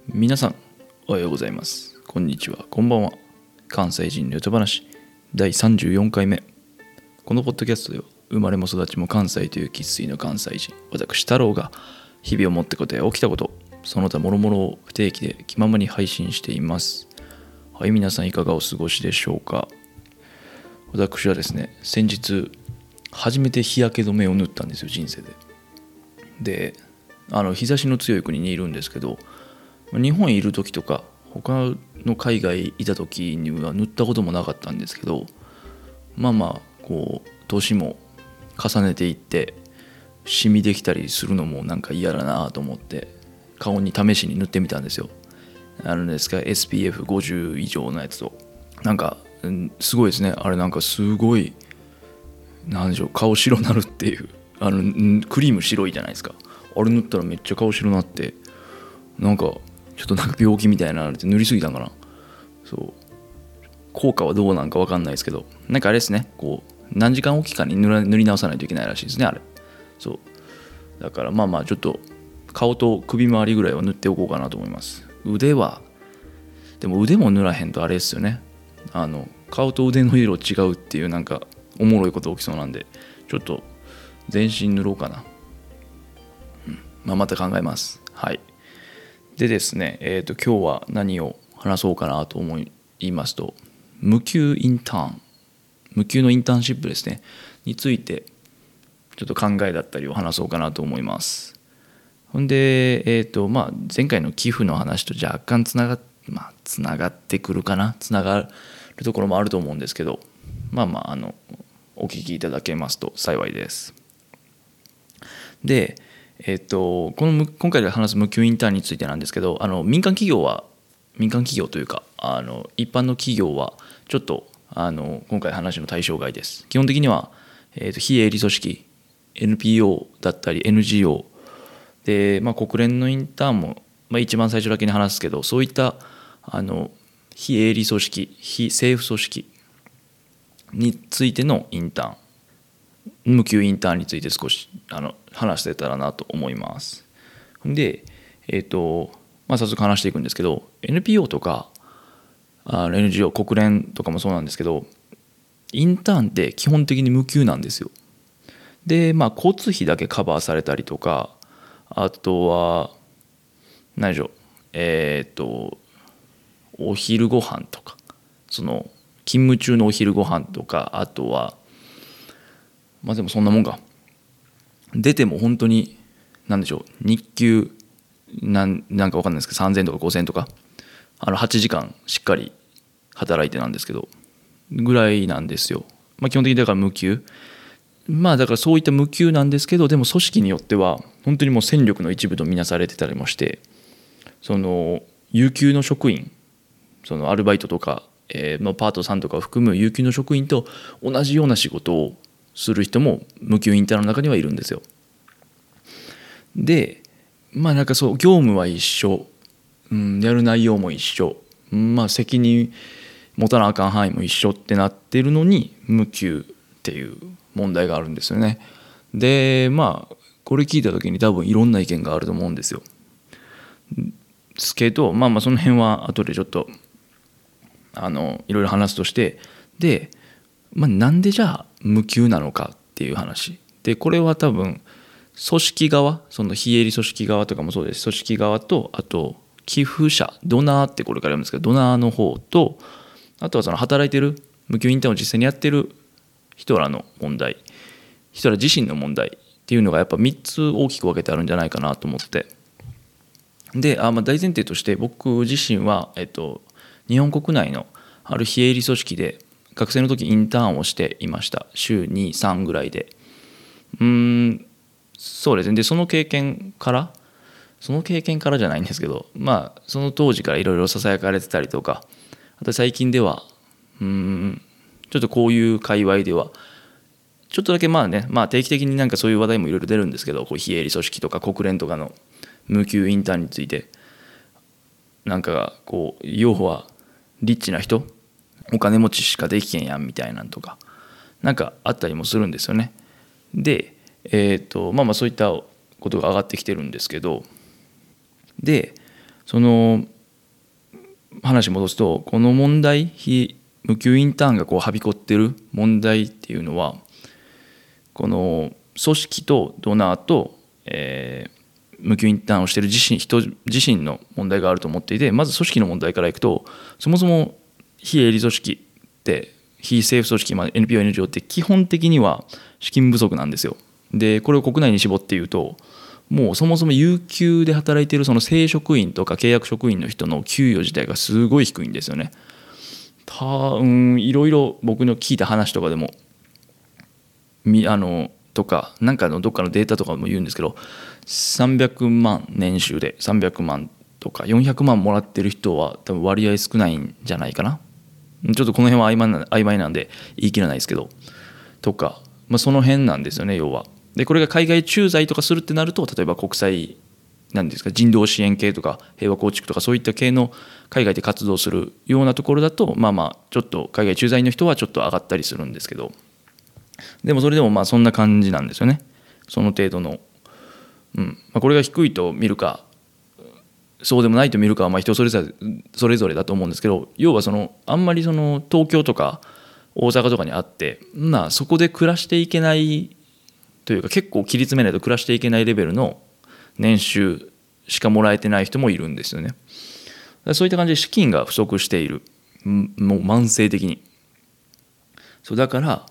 皆さんおはようございます。こんにちは、こんばんは。関西人のよと話第34回目。このポッドキャストでは生まれも育ちも関西という生粋の関西人、私太郎が日々思ったことや起きたこと、その他諸々を不定期で気ままに配信しています。はい、皆さんいかがお過ごしでしょうか。私はですね、先日初めて日焼け止めを塗ったんですよ、人生で。日差しの強い国にいるんですけど、日本にいる時とか他の海外いた時には塗ったこともなかったんですけど、こう年も重ねていってシミできたりするのもなんか嫌だなと思って顔に試しに塗ってみたんですよ。SPF50 以上のやつとなんかすごいですね。あれなんかすごいなんでしょう、顔白なるっていうクリーム白いじゃないですか。あれ塗ったらめっちゃ顔白なってなんかちょっとなんか病気みたいなのって塗りすぎたんかな。そう効果はどうなんか分かんないですけど、なんかあれですね、こう何時間おきかに塗り直さないといけないらしいですね、あれ。そうだからちょっと顔と首周りぐらいは塗っておこうかなと思います。腕はでも腕も塗らへんとあれですよね、顔と腕の色違うっていうなんかおもろいこと起きそうなんで、ちょっと全身塗ろうかな。また考えます。はい。でですね、今日は何を話そうかなと言いますと、無給のインターンシップですねについてちょっと考えだったりを話そうかなと思います。ほんで、前回の寄付の話と若干つながってくるかな、つながるところもあると思うんですけど、お聞きいただけますと幸いです。で今回話す無給インターンについてなんですけど、民間企業というか一般の企業はちょっと今回話の対象外です。基本的には、非営利組織 NPO だったり NGO で、国連のインターンも、一番最初だけに話すけど、そういった非営利組織非政府組織についてのインターン、無給インターンについて少し話してたらなと思います。で、早速話していくんですけど、 NPO とかNGO 国連とかもそうなんですけど、インターンって基本的に無給なんですよ。で交通費だけカバーされたりとか、あとは何でしょう、お昼ご飯とか、その勤務中のお昼ご飯とか、あとはでもそんなもんか。出ても本当に何でしょう、日給なんか分かんないですけど3000とか5000とか8時間しっかり働いてなんですけどぐらいなんですよ。基本的にだから無給、だからそういった無給なんですけど、でも組織によっては本当にもう戦力の一部とみなされてたりもして、その有給の職員、そのアルバイトとか、パートさんとかを含む有給の職員と同じような仕事をする人も無給インターンの中にはいるんですよ。でなんかそう業務は一緒、やる内容も一緒、責任持たなあかん範囲も一緒ってなってるのに無給っていう問題があるんですよね。でこれ聞いた時に多分いろんな意見があると思うんですよ。ですけどその辺は後でちょっといろいろ話すとして、でなんでじゃあ無給なのかっていう話で、これは多分組織側、その非営利組織側とかもそうです。組織側と、あと寄付者、ドナーってこれから読むんですけど、ドナーの方と、あとはその働いてる無給インターンを実際にやってる人らの問題、人ら自身の問題っていうのがやっぱ3つ大きく分けてあるんじゃないかなと思って、で大前提として僕自身は、日本国内のある非営利組織で学生の時インターンをしていました。週2、3ぐらいで。そうですね。でその経験からじゃないんですけど、その当時からいろいろささやかれてたりとか、あと最近ではちょっとこういう界隈ではちょっとだけ定期的になんかそういう話題もいろいろ出るんですけど、こう非営利組織とか国連とかの無給インターンについて、なんかこう要はリッチな人、お金持ちしかできへんやんみたいなんとかなんかあったりもするんですよね。でそういったことが上がってきてるんですけど、でその話戻すと、この問題、非無給インターンがはびこってる問題っていうのは、この組織とドナーと、無給インターンをしている人自身の問題があると思っていて、まず組織の問題からいくと、そもそも非営利組織って非政府組織、NPO、NGO って基本的には資金不足なんですよ。でこれを国内に絞って言うと、もうそもそも有給で働いているその正職員とか契約職員の人の給与自体がすごい低いんですよね。いろいろ僕の聞いた話とかでもとかなんかのどっかのデータとかも言うんですけど、300万年収で300万とか400万もらってる人は多分割合少ないんじゃないかな。ちょっとこの辺は曖昧なんで言い切らないですけど、とか、その辺なんですよね、要は。でこれが海外駐在とかするってなると、例えば国際なんですか、人道支援系とか平和構築とかそういった系の海外で活動するようなところだと、ちょっと海外駐在の人はちょっと上がったりするんですけど、でもそれでもそんな感じなんですよね、その程度の。これが低いと見るかそうでもないと見るかは人それぞれだと思うんですけど、要はあんまり東京とか大阪とかにあって、そこで暮らしていけないというか、結構切り詰めないと暮らしていけないレベルの年収しかもらえてない人もいるんですよね。そういった感じで資金が不足している、もう慢性的に。そうだから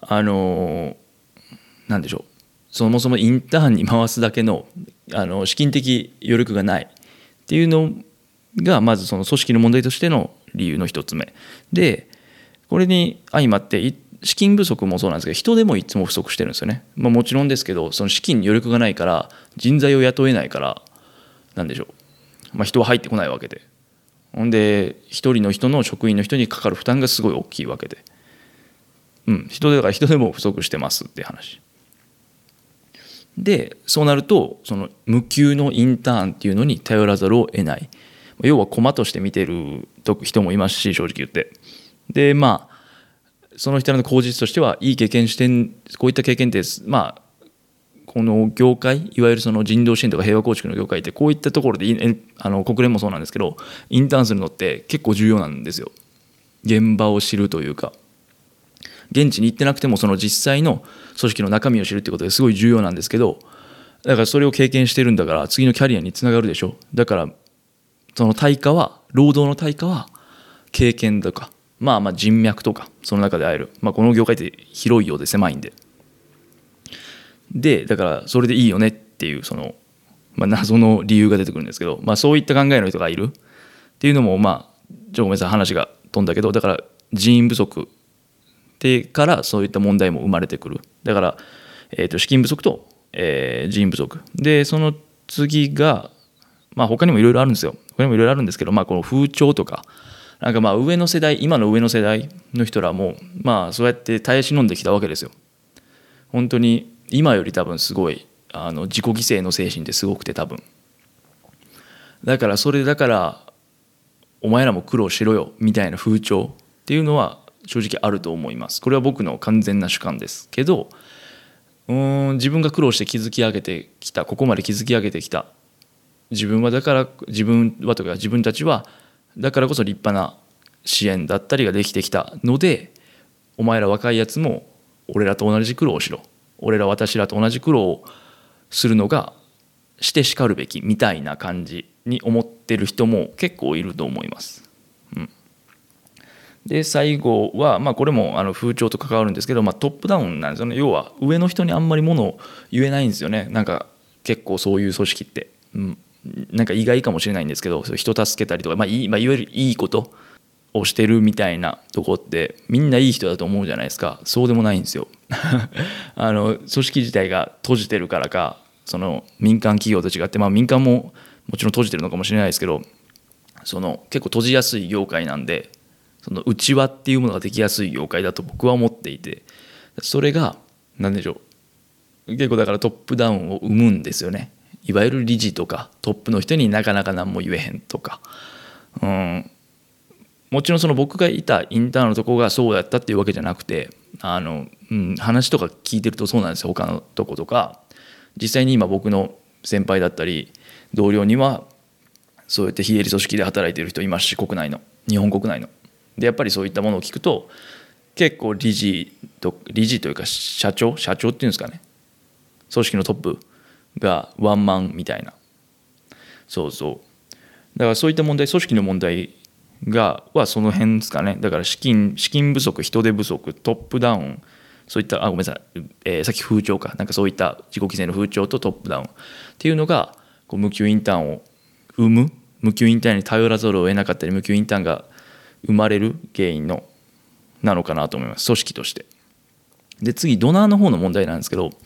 なんでしょう、そもそもインターンに回すだけの資金的余力がないっていうのがまずその組織の問題としての理由の一つ目で、これに相まって資金不足もそうなんですけど、人でもいつも不足してるんですよね。もちろんですけど、その資金に余力がないから人材を雇えないから、なんでしょう、人は入ってこないわけで、ほんで一人の人の職員の人にかかる負担がすごい大きいわけで、人でも不足してますって話で、そうなるとその無給のインターンっていうのに頼らざるを得ない、要は駒として見てる人もいますし、正直言って。でその人らの口実としては、いい経験してこういった経験ってこの業界、いわゆるその人道支援とか平和構築の業界って、こういったところで国連もそうなんですけど、インターンするのって結構重要なんですよ。現場を知るというか、現地に行ってなくてもその実際の組織の中身を知るってことですごい重要なんですけど、だからそれを経験してるんだから次のキャリアにつながるでしょ。だからその労働の対価は経験とか、人脈とか、その中で会える、この業界って広いようで狭いんで、だからそれでいいよねっていう謎の理由が出てくるんですけど、そういった考えの人がいるっていうのも、ごめんなさい、話が飛んだけど、だから人員不足でからそういった問題も生まれてくる。だから、資金不足と、人員不足で、その次が他にもいろいろあるんですよ。他にもいろいろあるんですけど、この風潮とか、今の上の世代の人らもそうやって耐え忍んできたわけですよ。本当に今より多分すごい自己犠牲の精神ってすごくて、多分だからお前らも苦労しろよみたいな風潮っていうのは正直あると思います。これは僕の完全な主観ですけど、自分が苦労して築き上げてきた、ここまで築き上げてきた自分たちはだからこそ立派な支援だったりができてきたので、お前ら若いやつも俺らと同じ苦労をしろ、私らと同じ苦労をするのがしてしかるべきみたいな感じに思ってる人も結構いると思います。で最後は、これも風潮と関わるんですけど、トップダウンなんですよね。要は上の人にあんまりものを言えないんですよね。結構そういう組織って、意外かもしれないんですけど、人助けたりとか、いわゆるいいことをしてるみたいなとこってみんないい人だと思うじゃないですか。そうでもないんですよ組織自体が閉じてるからか、その民間企業と違って、民間ももちろん閉じてるのかもしれないですけど、結構閉じやすい業界なんで、その内輪っていうものができやすい業界だと僕は思っていて、それが何でしょう、結構だからトップダウンを生むんですよね。いわゆる理事とかトップの人になかなか何も言えへんとか、もちろんその僕がいたインターンのとこがそうやったっていうわけじゃなくて、話とか聞いてるとそうなんですよ。他のとことか実際に今僕の先輩だったり同僚にはそうやって非営利組織で働いている人いますし、日本国内のでやっぱりそういったものを聞くと、結構理事というか社長っていうんですかね、組織のトップがワンマンみたいな、そうだからそういった問題、組織の問題はその辺ですかね。だから資金不足、人手不足、トップダウン、そういったごめんなさい、さっき風潮か、なんかそういった自己規制の風潮とトップダウンっていうのがこう無給インターンを生む、無給インターンに頼らざるを得なかったり、無給インターンが生まれる原因なのかなと思います、組織として。で次、ドナーの方の問題なんですけど、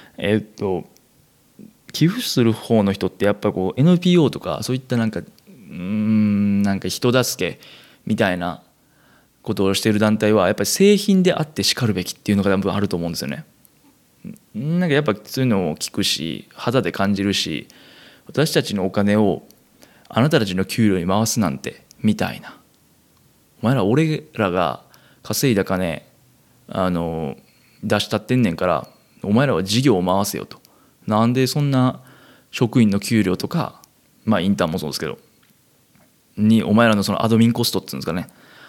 寄付する方の人ってやっぱこう NPO とかそういったなんか人助けみたいなことをしている団体はやっぱり製品であってしかるべきっていうのが多分あると思うんですよね。なんかやっぱそういうのを聞くし、肌で感じるし、私たちのお金をあなたたちの給料に回すなんてみたいな、お前ら俺らが稼いだ金出したってんねんから、お前らは事業を回せよと。なんでそんな職員の給料とか、まあインターンもそうですけどに、お前らのそのアドミンコストっていうんですかね、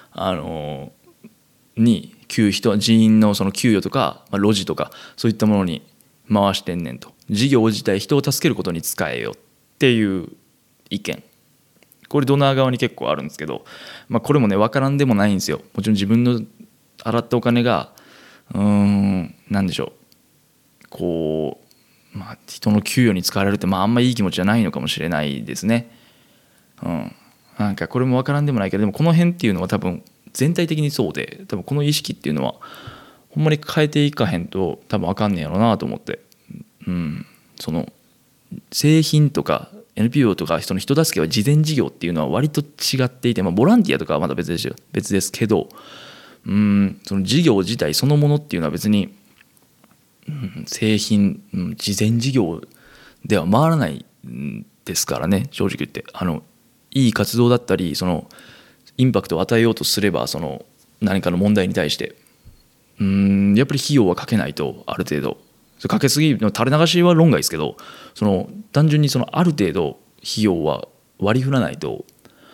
に人員のその給与とか、ロジとかそういったものに回してんねんと。事業自体人を助けることに使えよっていう意見、これドナー側に結構あるんですけど、これもね分からんでもないんですよ。もちろん自分の洗ったお金がなんでしょう、こう人の給与に使われるってあんまいい気持ちじゃないのかもしれないですね。なんかこれも分からんでもないけど、でもこの辺っていうのは多分全体的にそうで、多分この意識っていうのはほんまに変えていかへんと多分分かんねやろうなと思って、その製品とか NPO とか人助けは慈善事業っていうのは割と違っていて、ボランティアとかはまだ別ですけど、その事業自体そのものっていうのは別に、製品、慈善事業では回らないんですからね、正直言って。いい活動だったり、そのインパクトを与えようとすれば、その何かの問題に対してやっぱり費用はかけないと、ある程度かけすぎの垂れ流しは論外ですけど、その単純にそのある程度費用は割り振らないと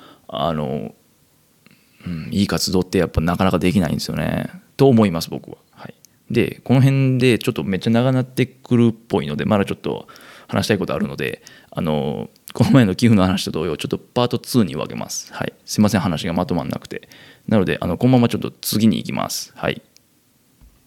いい活動ってやっぱなかなかできないんですよねと思います、僕は。はい、でこの辺でちょっとめっちゃ長なってくるっぽいので、まだちょっと話したいことあるので、この前の寄付の話と同様ちょっとパート2に分けます。はい、すいません、話がまとまんなくて。なのでこのままちょっと次に行きます。はい。